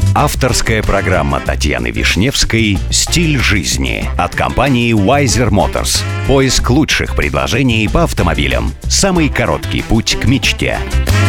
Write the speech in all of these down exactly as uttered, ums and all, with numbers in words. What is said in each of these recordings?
Авторская программа Татьяны Вишневской «Стиль жизни» от компании Wiser Motors. Поиск лучших предложений по автомобилям. Самый короткий путь к мечте.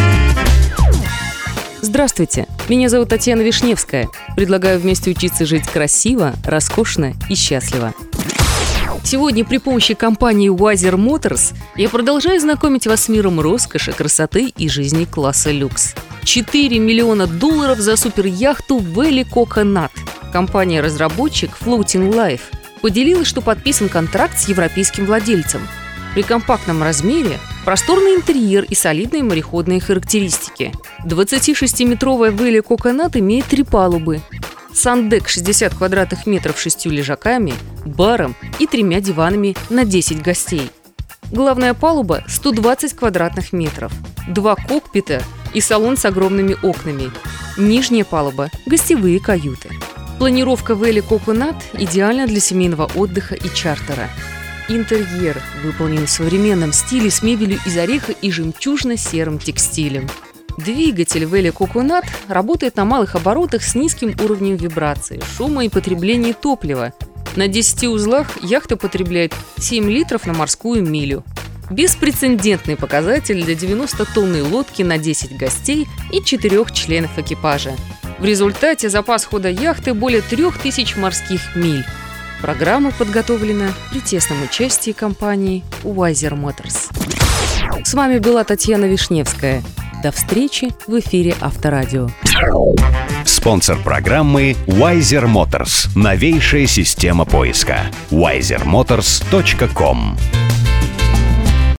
Здравствуйте, меня зовут Татьяна Вишневская. Предлагаю вместе учиться жить красиво, роскошно и счастливо. Сегодня при помощи компании Wiser Motors я продолжаю знакомить вас с миром роскоши, красоты и жизни класса люкс. четыре миллиона долларов за суперяхту Вели Коконат. Компания-разработчик Floating Life поделилась, что подписан контракт с европейским владельцем. При компактном размере просторный интерьер и солидные мореходные характеристики. двадцатишестиметровая Вели Коконат имеет три палубы. Сандек шестьдесят квадратных метров с шестью лежаками, баром и тремя диванами на десять гостей. Главная палуба – сто двадцать квадратных метров, два кокпита и салон с огромными окнами. Нижняя палуба – гостевые каюты. Планировка Вели Коконат идеальна для семейного отдыха и чартера. Интерьер выполнен в современном стиле с мебелью из ореха и жемчужно-серым текстилем. Двигатель Вели Коконат работает на малых оборотах с низким уровнем вибрации, шума и потребления топлива. На десяти узлах яхта потребляет семь литров на морскую милю. Беспрецедентный показатель для девяностотонной лодки на десять гостей и четырёх членов экипажа. В результате запас хода яхты более трех тысяч морских миль. Программа подготовлена при тесном участии компании Wiser Motors. С вами была Татьяна Вишневская. До встречи в эфире Авторадио. Спонсор программы Wiser Motors. Новейшая система поиска. вайзер моторс точка ком